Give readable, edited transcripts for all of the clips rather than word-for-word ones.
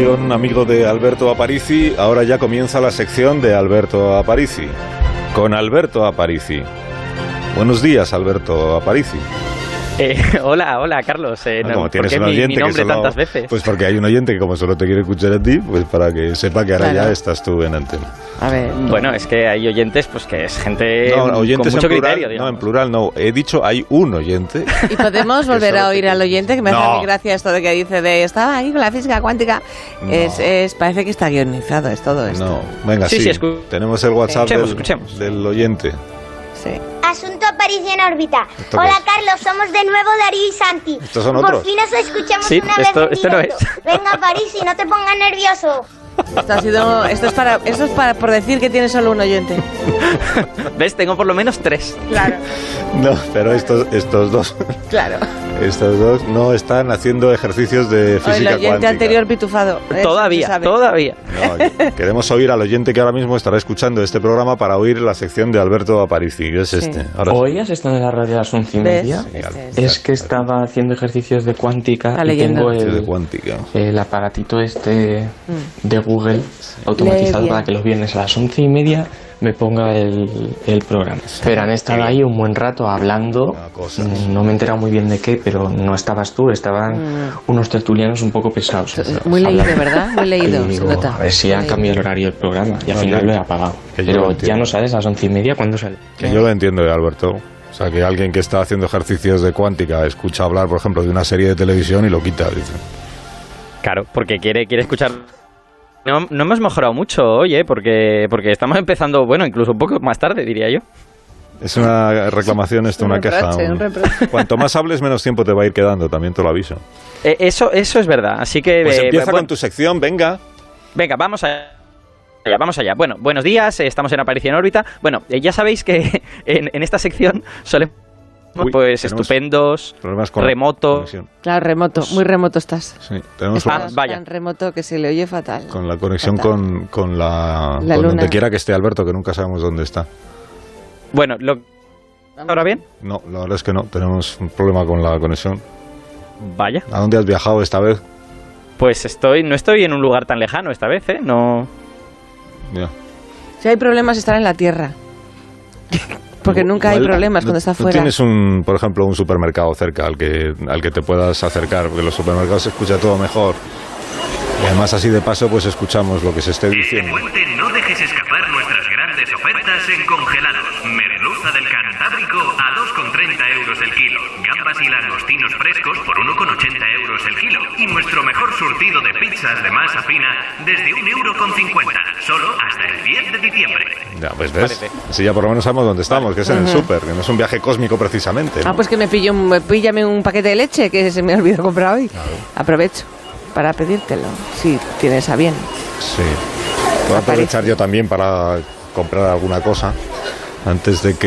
atención, amigo de Alberto Aparici, ahora ya comienza la sección de Alberto Aparici, con Alberto Aparici. Buenos días, Alberto Aparici. Hola, Carlos. Como tienes un mi oyente nombre que solo, tantas veces. Pues porque hay un oyente que como solo te quiere escuchar a ti, pues para que sepa que ahora ya estás tú en antena. A ver, bueno, es que hay oyentes, pues que es gente oyentes con mucho en plural, criterio, digamos. No, en plural no. He dicho hay un oyente. ¿Y podemos volver a oír al oyente? Que me hace muy gracia esto de que dice de estaba aquí con la física cuántica. No. Parece que está guionizado, es todo esto. No, venga, sí. Tenemos el WhatsApp del oyente. Sí. Asunto Aparici en órbita. Hola, Carlos, somos de nuevo Darío y Santi. ¿Estos son otros? Por fin os escuchamos una vez esto en directo. No es. Venga, Aparici, no te pongas nervioso. Esto es para por decir que tiene solo un oyente. ¿Ves? Tengo por lo menos 3. Claro. No, pero estos dos. Claro. Estos dos no están haciendo ejercicios de física cuántica. El oyente anterior pitufado. Todavía. No, queremos oír al oyente que ahora mismo estará escuchando este programa para oír la sección de Alberto Aparici, que es este. ¿Oías esto de la radio a las 11:30? Sí, es que estaba haciendo ejercicios de cuántica y tengo el aparatito este de Google automatizado para que los viernes a las 11:30 me ponga el programa. Pero han estado ahí un buen rato hablando, no me he enterado muy bien de qué, pero no estabas tú, estaban unos tertulianos un poco pesados. Muy leído, ¿verdad? Muy leído, digo, se nota. A ver si han cambiado el horario del programa y al final lo he apagado. Pero ya no sabes a las 11:30 cuándo sale. Que yo lo entiendo, Alberto. O sea, que alguien que está haciendo ejercicios de cuántica escucha hablar, por ejemplo, de una serie de televisión y lo quita, dice. Claro, porque quiere escuchar. No hemos mejorado mucho hoy, porque estamos empezando, bueno, incluso un poco más tarde, diría yo. Es una reclamación, una queja. Cuanto más hables, menos tiempo te va a ir quedando, también te lo aviso. Eso es verdad, así que... Pues empieza con tu sección, venga. Venga, vamos allá. Bueno, buenos días, estamos en Aparici en órbita. Bueno, ya sabéis que en esta sección solemos... Pues estupendos, remotos. Claro, remoto, muy remoto estás. Sí, tenemos tan remoto que se le oye fatal. Con la conexión con la con luna. Donde quiera que esté Alberto, que nunca sabemos dónde está. Bueno, ¿ahora bien? No, la verdad es que no, tenemos un problema con la conexión. Vaya. ¿A dónde has viajado esta vez? Pues no estoy en un lugar tan lejano esta vez, ¿eh? No. Ya. Si hay problemas, estar en la Tierra. Porque nunca hay problemas cuando está fuera. ¿Tienes, por ejemplo, un supermercado cerca al que te puedas acercar? Porque en los supermercados se escucha todo mejor. Y además, así de paso, pues escuchamos lo que se esté diciendo. Puente, no dejes escapar nuestras grandes ofertas en congelados. Merluza del Cantábrico a 2,30 euros el kilo. Gambas y langostinos frescos por 1,80 euros el kilo. Y nuestro mejor surtido de pizzas de masa fina desde 1,50 euros. Solo hasta el 10 de diciembre. Ya, pues ves. Así ya por lo menos sabemos dónde estamos, que es en el súper, que no es un viaje cósmico precisamente, ¿no? Pues que píllame un paquete de leche que se me olvidó comprar hoy. Claro. Aprovecho para pedírtelo, si tienes a bien. Sí. Voy a aprovechar yo también para comprar alguna cosa antes de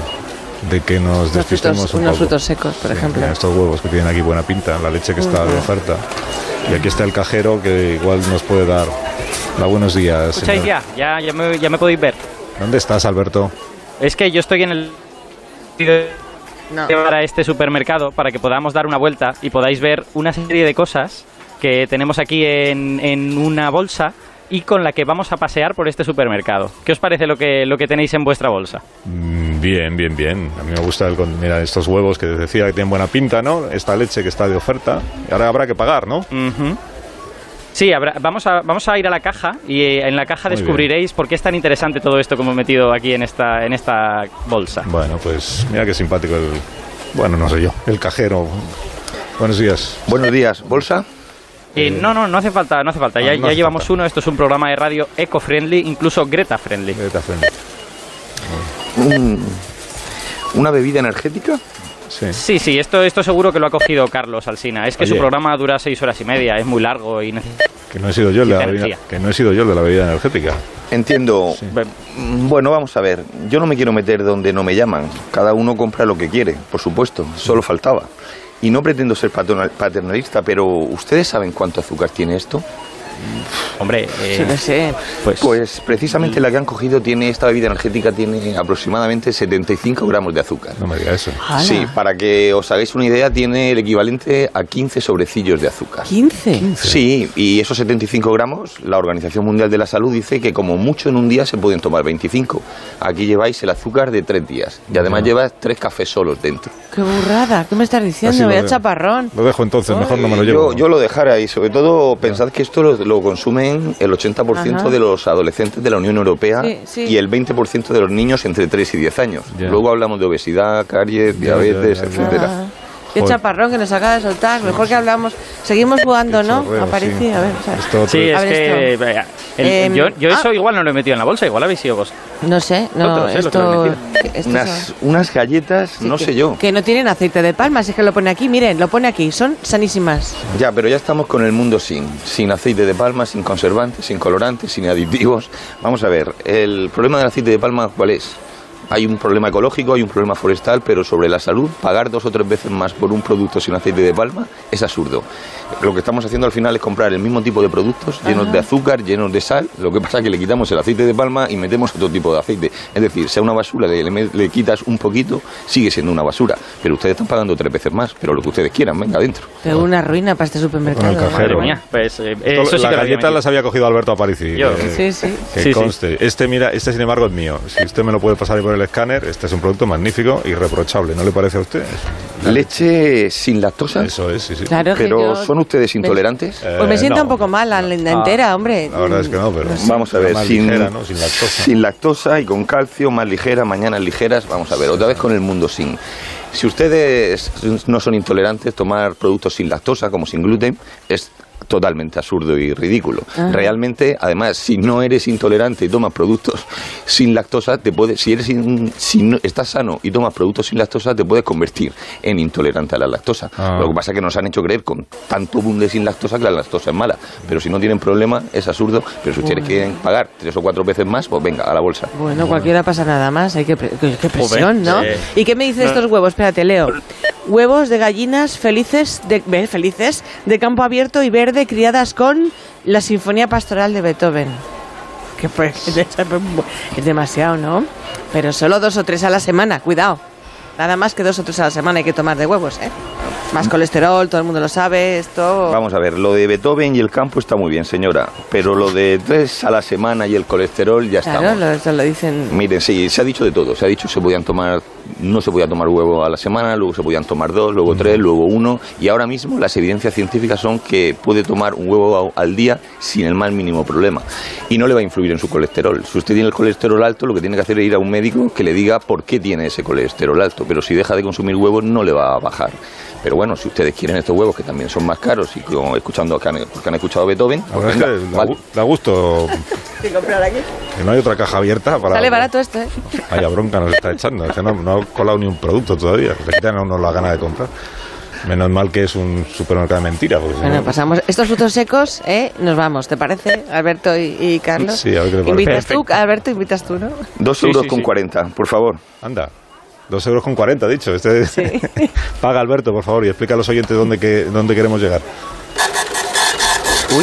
que nos despistemos un poco. Unos frutos secos, por ejemplo. Estos huevos que tienen aquí buena pinta, la leche que está de oferta. Y aquí está el cajero que igual nos puede dar buenos días. ¿Escucháis ya me podéis ver? ¿Dónde estás, Alberto? Es que yo estoy en el... para este supermercado para que podamos dar una vuelta y podáis ver una serie de cosas que tenemos aquí en una bolsa y con la que vamos a pasear por este supermercado. ¿Qué os parece lo que tenéis en vuestra bolsa? Bien. A mí me gusta mira, estos huevos que les decía que tienen buena pinta, ¿no? Esta leche que está de oferta. Y ahora habrá que pagar, ¿no? Sí, vamos a ir a la caja y en la caja descubriréis por qué es tan interesante todo esto que hemos metido aquí en esta bolsa. Bueno, pues mira qué simpático no sé yo, el cajero. Buenos días. Buenos días. ¿Bolsa? No hace falta. Ya llevamos uno. Esto es un programa de radio eco-friendly, incluso Greta-friendly. ¿Una bebida energética? Sí, esto seguro que lo ha cogido Carlos Alsina. Es que su programa dura 6 horas y media, es muy largo y que no he sido yo el de la bebida energética. Entiendo. Sí. Bueno, vamos a ver. Yo no me quiero meter donde no me llaman. Cada uno compra lo que quiere, por supuesto. Solo faltaba. Y no pretendo ser paternalista, pero ¿ustedes saben cuánto azúcar tiene esto? Hombre, pues precisamente la que han cogido esta bebida energética tiene aproximadamente 75 gramos de azúcar. No me diga eso. Sí, para que os hagáis una idea, tiene el equivalente a 15 sobrecillos de azúcar. ¿15? Sí, y esos 75 gramos, la Organización Mundial de la Salud dice que como mucho en un día se pueden tomar 25. Aquí lleváis el azúcar de 3 días y además llevas 3 cafés solos dentro. ¡Qué burrada! ¿Qué me estás diciendo? Vaya chaparrón. Lo dejo entonces, mejor no me lo llevo. Yo lo dejara y sobre todo pensad que esto lo consumen el 80% de los adolescentes de la Unión Europea y el 20% de los niños entre 3 y 10 años. Luego hablamos de obesidad, caries, diabetes, etcétera. Qué chaparrón que nos acaba de soltar. Mejor que hablamos. Seguimos jugando, ¿no? Aparece, a ver. Sí, es que yo eso igual no lo he metido en la bolsa, igual habéis sido vos. No sé, no. Unas galletas, no sé yo. Que no tienen aceite de palma, si es que lo pone aquí, miren, lo pone aquí, son sanísimas. Ya, pero ya estamos con el mundo sin aceite de palma, sin conservantes, sin colorantes, sin aditivos. Vamos a ver, el problema del aceite de palma, ¿cuál es? Hay un problema ecológico, hay un problema forestal, pero sobre la salud, pagar 2 o 3 veces más por un producto sin aceite de palma es absurdo. Lo que estamos haciendo al final es comprar el mismo tipo de productos llenos de azúcar, llenos de sal. Lo que pasa es que le quitamos el aceite de palma y metemos otro tipo de aceite. Es decir, sea una basura, le quitas un poquito, sigue siendo una basura. Pero ustedes están pagando 3 veces más, pero lo que ustedes quieran, venga adentro. Pero una ruina para este supermercado. Con el cajero. Pues, las galletas las había cogido Alberto Aparici. Sí. Que conste. Mira, sin embargo es mío. Si usted me lo puede pasar por el escáner, este es un producto magnífico, irreprochable, ¿no le parece a usted? Leche sin lactosa. Eso es, sí. Claro. Pero ¿son ustedes intolerantes? Pues me siento un poco mal la entera, hombre. La verdad es que no, pero vamos a ver, ligera, ¿no? Sin lactosa. Sin lactosa y con calcio, más ligera, mañanas ligeras. Vamos a ver, otra vez con el mundo sin. Si ustedes no son intolerantes, tomar productos sin lactosa, como sin gluten, es totalmente absurdo y ridículo. Realmente, además, si no eres intolerante y tomas productos sin lactosa, si estás sano y tomas productos sin lactosa, te puedes convertir en intolerante a la lactosa. Lo que pasa es que nos han hecho creer con tanto boom de sin lactosa que la lactosa es mala. Pero si no tienen problema, es absurdo. Pero si ustedes quieren pagar 3 o 4 veces más, pues venga, a la bolsa. Bueno, cualquiera pasa nada más. Qué presión, ¿no? ¿Y qué me dicen estos huevos? Espérate, leo. Huevos de gallinas felices de campo abierto y verde, criadas con la Sinfonía Pastoral de Beethoven. Que es demasiado, ¿no? Pero solo 2 o 3 a la semana, cuidado. Nada más que 2 o 3 a la semana hay que tomar de huevos, ¿eh? Más colesterol, todo el mundo lo sabe, esto... Vamos a ver, lo de Beethoven y el campo está muy bien, señora, pero lo de 3 a la semana y el colesterol ya está. Claro, eso lo dicen... Miren, sí, se ha dicho de todo, se ha dicho no se podía tomar huevo a la semana, luego se podían tomar 2, luego 3, luego 1, y ahora mismo las evidencias científicas son que puede tomar un huevo al día sin el más mínimo problema, y no le va a influir en su colesterol. Si usted tiene el colesterol alto, lo que tiene que hacer es ir a un médico que le diga por qué tiene ese colesterol alto, pero si deja de consumir huevos no le va a bajar. Pero bueno, si ustedes quieren estos huevos, que también son más caros, y como porque han escuchado a Beethoven, pues venga, da gusto. ¿Qué comprar aquí? Que no hay otra caja abierta para... Sale barato esto, ¿eh? Vaya bronca nos está echando. Es que no ha colado ni un producto todavía. Le quitan a uno la gana de comprar. Menos mal que es un supermercado de mentira. Bueno, pasamos estos frutos secos, nos vamos, ¿te parece, Alberto y Carlos? Sí, a ver qué le parece. ¿Invitas tú, Alberto? ¿Invitas tú, no? 2,40 €, por favor. Anda. 2,40 €, ha dicho. Sí. Paga, Alberto, por favor, y explica a los oyentes dónde queremos llegar. Uy.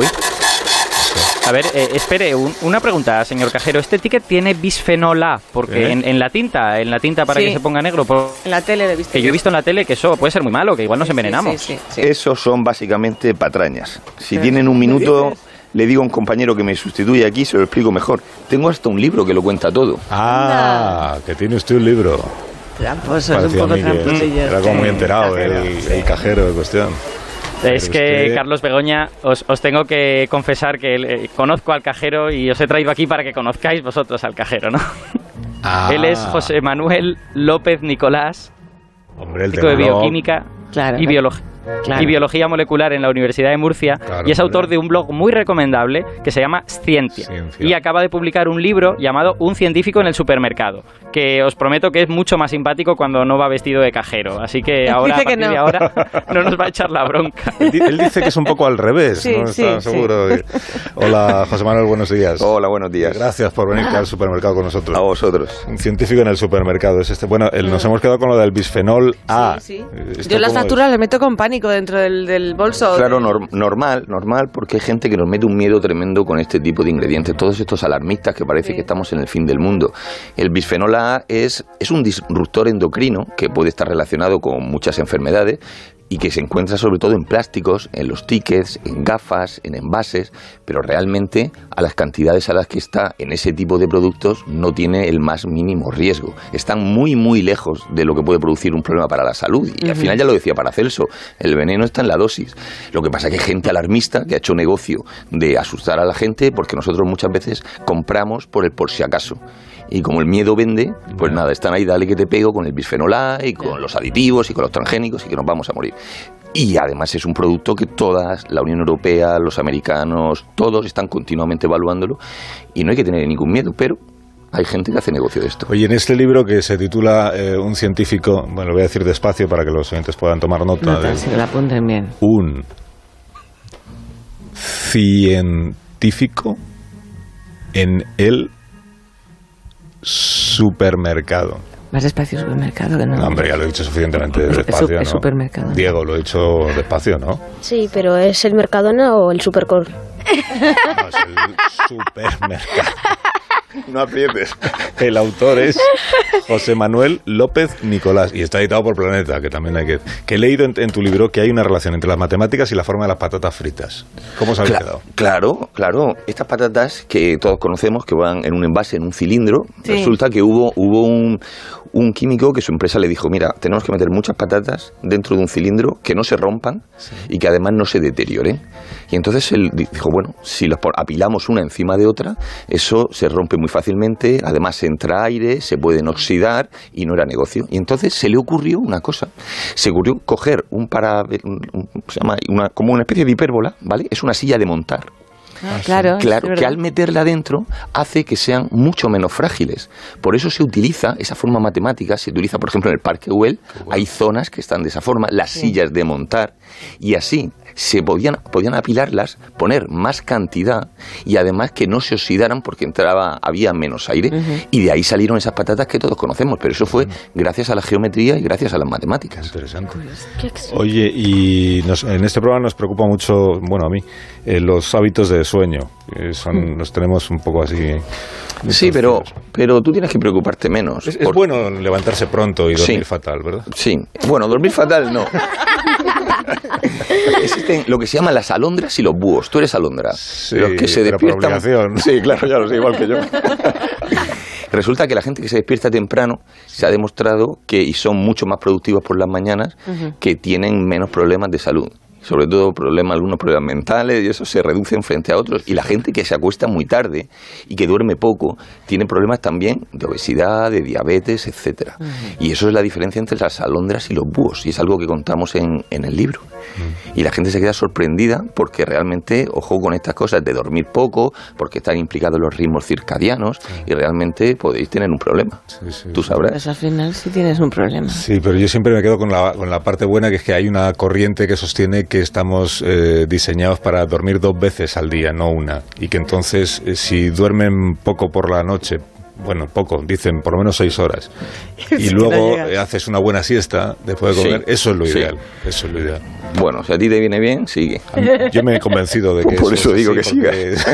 A ver, espere, una pregunta, señor cajero. ¿Este ticket tiene bisfenol A? Porque en la tinta para que se ponga negro... En la tele lo he visto. Que yo he visto en la tele que eso puede ser muy malo, que igual nos envenenamos. Sí. Esos son básicamente patrañas. Si tienen un minuto... Le digo a un compañero que me sustituye aquí, se lo explico mejor. Tengo hasta un libro que lo cuenta todo. Que tiene usted un libro. Tramposo, es un poco tramposillo. Era como muy enterado el cajero de cuestión. Es que, Carlos Begoña, os tengo que confesar que conozco al cajero y os he traído aquí para que conozcáis vosotros al cajero, ¿no? Él es José Manuel López Nicolás, médico de bioquímica y biología. Y biología molecular en la Universidad de Murcia, y es autor de un blog muy recomendable que se llama Scientia, y acaba de publicar un libro llamado Un científico en el supermercado, que os prometo que es mucho más simpático cuando no va vestido de cajero, así que ahora, a partir de ahora no nos va a echar la bronca. Él dice que es un poco al revés, no está seguro. Hola, José Manuel, buenos días. Hola, buenos días. Gracias por venir al supermercado con nosotros. A vosotros. Un científico en el supermercado es este. Bueno, nos hemos quedado con lo del bisfenol A. Yo las facturas le meto con pánico. pánico dentro del bolso. Claro, normal, porque hay gente que nos mete un miedo tremendo con este tipo de ingredientes, todos estos alarmistas que parece que estamos en el fin del mundo. El bisfenol A es un disruptor endocrino que puede estar relacionado con muchas enfermedades y que se encuentra sobre todo en plásticos, en los tickets, en gafas, en envases, pero realmente a las cantidades a las que está en ese tipo de productos no tiene el más mínimo riesgo. Están muy, muy lejos de lo que puede producir un problema para la salud. Y al final ya lo decía Paracelso, el veneno está en la dosis. Lo que pasa es que hay gente alarmista que ha hecho negocio de asustar a la gente porque nosotros muchas veces compramos por si acaso. Y como el miedo vende, pues nada, están ahí, dale que te pego con el bisfenol A y con los aditivos y con los transgénicos y que nos vamos a morir. Y además es un producto que la Unión Europea, los americanos, todos están continuamente evaluándolo y no hay que tener ningún miedo, pero hay gente que hace negocio de esto. Oye, en este libro que se titula Un científico, bueno, lo voy a decir despacio para que los oyentes puedan tomar nota. Si la apunten bien. Un científico en el supermercado. Más despacio, supermercado, que no. No, hombre, ya lo he dicho suficientemente despacio, ¿no? Supermercado. Diego, lo he dicho despacio, ¿no? Sí, pero ¿es el Mercadona o el Supercor? No, es el supermercado. No aprietes. El autor es José Manuel López Nicolás y está editado por Planeta, que también hay que he leído en tu libro que hay una relación entre las matemáticas y la forma de las patatas fritas. ¿Cómo os habéis quedado? Claro. Estas patatas que todos conocemos, que van en un envase, en un cilindro, resulta que hubo un químico que su empresa le dijo, mira, tenemos que meter muchas patatas dentro de un cilindro que no se rompan y que además no se deterioren. Y entonces él dijo, bueno, si las apilamos una encima de otra, eso se rompe muy fácilmente, además entra aire, se pueden oxidar y no era negocio. Y entonces se le ocurrió una cosa, se ocurrió coger como una especie de hipérbola, ¿vale? Es una silla de montar. Claro, que al meterla dentro hace que sean mucho menos frágiles. Por eso se utiliza esa forma matemática, se utiliza por ejemplo en el Parque Güell, hay zonas que están de esa forma, las sillas de montar, y así se podían apilarlas, poner más cantidad y además que no se oxidaran porque había menos aire, y de ahí salieron esas patatas que todos conocemos, pero eso fue gracias a la geometría y gracias a las matemáticas. Interesante. Oye, y en este programa nos preocupa mucho, bueno, a mí, los hábitos de sueño, los tenemos un poco así. Sí, pero tú tienes que preocuparte menos. Es bueno levantarse pronto y dormir fatal, ¿verdad? Sí, bueno, dormir fatal no. Existen lo que se llaman las alondras y los búhos. Tú eres alondra. Sí, los que se despiertan. Por obligación. Sí, claro, ya lo sé, igual que yo. Resulta que la gente que se despierta temprano se ha demostrado y son mucho más productivos por las mañanas, que tienen menos problemas de salud. Sobre todo algunos problemas mentales, y eso se reducen frente a otros. Y la gente que se acuesta muy tarde y que duerme poco tiene problemas también de obesidad, de diabetes, etcétera. Y eso es la diferencia entre las alondras y los búhos, y es algo que contamos en el libro. Y la gente se queda sorprendida porque realmente, ojo con estas cosas de dormir poco, porque están implicados los ritmos circadianos, y realmente podéis tener un problema. Tú sabrás. Pues al final sí tienes un problema. Sí, pero yo siempre me quedo con la parte buena, que es que hay una corriente que sostiene que estamos diseñados para dormir 2 veces al día, no una, y que entonces si duermen poco por la noche, bueno, poco, dicen por lo menos 6 horas, y luego haces una buena siesta después de comer, eso es lo ideal. Eso es lo ideal. Bueno, si a ti te viene bien, sigue. Yo me he convencido de que por eso digo que sigas.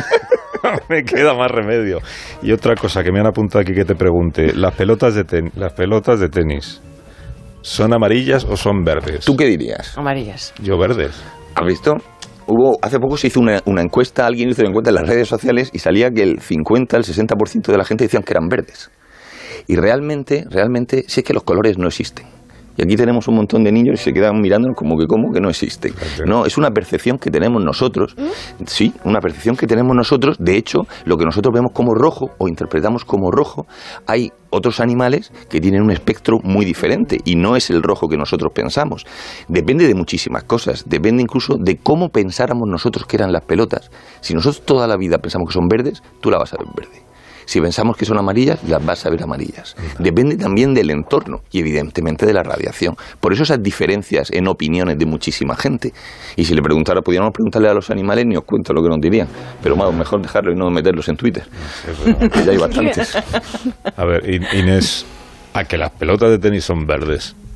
Me queda más remedio. Y otra cosa que me han apuntado aquí que te pregunte, las pelotas de tenis, ¿son amarillas o son verdes? ¿Tú qué dirías? Amarillas. Yo verdes. ¿Has visto? Hace poco se hizo una encuesta, alguien hizo una encuesta en las redes sociales y salía que el 50, el 60% de la gente decían que eran verdes. Y realmente, sí es que los colores no existen. Y aquí tenemos un montón de niños y se quedan mirándonos como que no existe. No, es una percepción que tenemos nosotros. Sí, una percepción que tenemos nosotros. De hecho, lo que nosotros vemos como rojo o interpretamos como rojo, hay otros animales que tienen un espectro muy diferente y no es el rojo que nosotros pensamos. Depende de muchísimas cosas. Depende incluso de cómo pensáramos nosotros que eran las pelotas. Si nosotros toda la vida pensamos que son verdes, tú la vas a ver verde. Si pensamos que son amarillas, las vas a ver amarillas. Depende también del entorno y evidentemente de la radiación. Por eso esas diferencias en opiniones de muchísima gente. Y si pudiéramos preguntarle a los animales, ni os cuento lo que nos dirían. Pero mejor dejarlo y no meterlos en Twitter. Que ya hay bastantes. A ver, Inés, ¿a que las pelotas de tenis son verdes?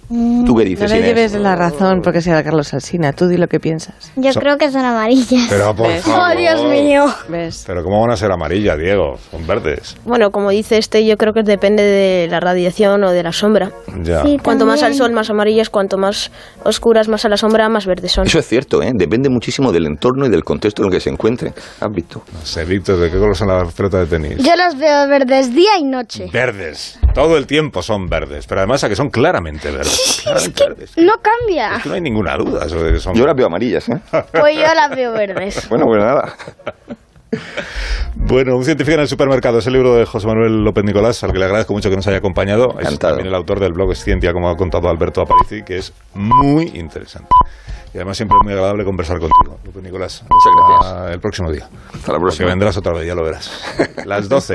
¿Tú qué dices, No le Inés? lleves la razón porque sea Carlos Alsina. Tú di lo que piensas. Yo creo que son amarillas. Pero por favor. ¡Oh, Dios mío! ¿Ves? Pero ¿cómo van a ser amarillas, Diego? Son verdes. Bueno, como dice yo creo que depende de la radiación o de la sombra. Ya. Sí, Cuanto más al también. sol, más amarillas, cuanto más oscuras, más a la sombra, más verdes son. Eso es cierto, ¿eh? Depende muchísimo del entorno y del contexto en el que se encuentre. ¿Has visto? No sé, Víctor, ¿de qué color son las pelotas de tenis? Yo los veo verdes día y noche. Verdes. Todo el tiempo son verdes. Pero además a que son claramente verdes. Claramente verdes. No cambia. Es que no hay ninguna duda sobre que son Yo las veo amarillas, ¿eh? Pues yo las veo verdes. Bueno, pues nada. Bueno, un científico en el supermercado es el libro de José Manuel López Nicolás, al que le agradezco mucho que nos haya acompañado. Es Encantado. también el autor del blog Scientia, como ha contado Alberto Aparici, que es muy interesante. Y además siempre es muy agradable conversar contigo, López Nicolás. Muchas gracias. Hasta el próximo día. Hasta la Porque próxima. vendrás otra vez, ya lo verás. Las 12.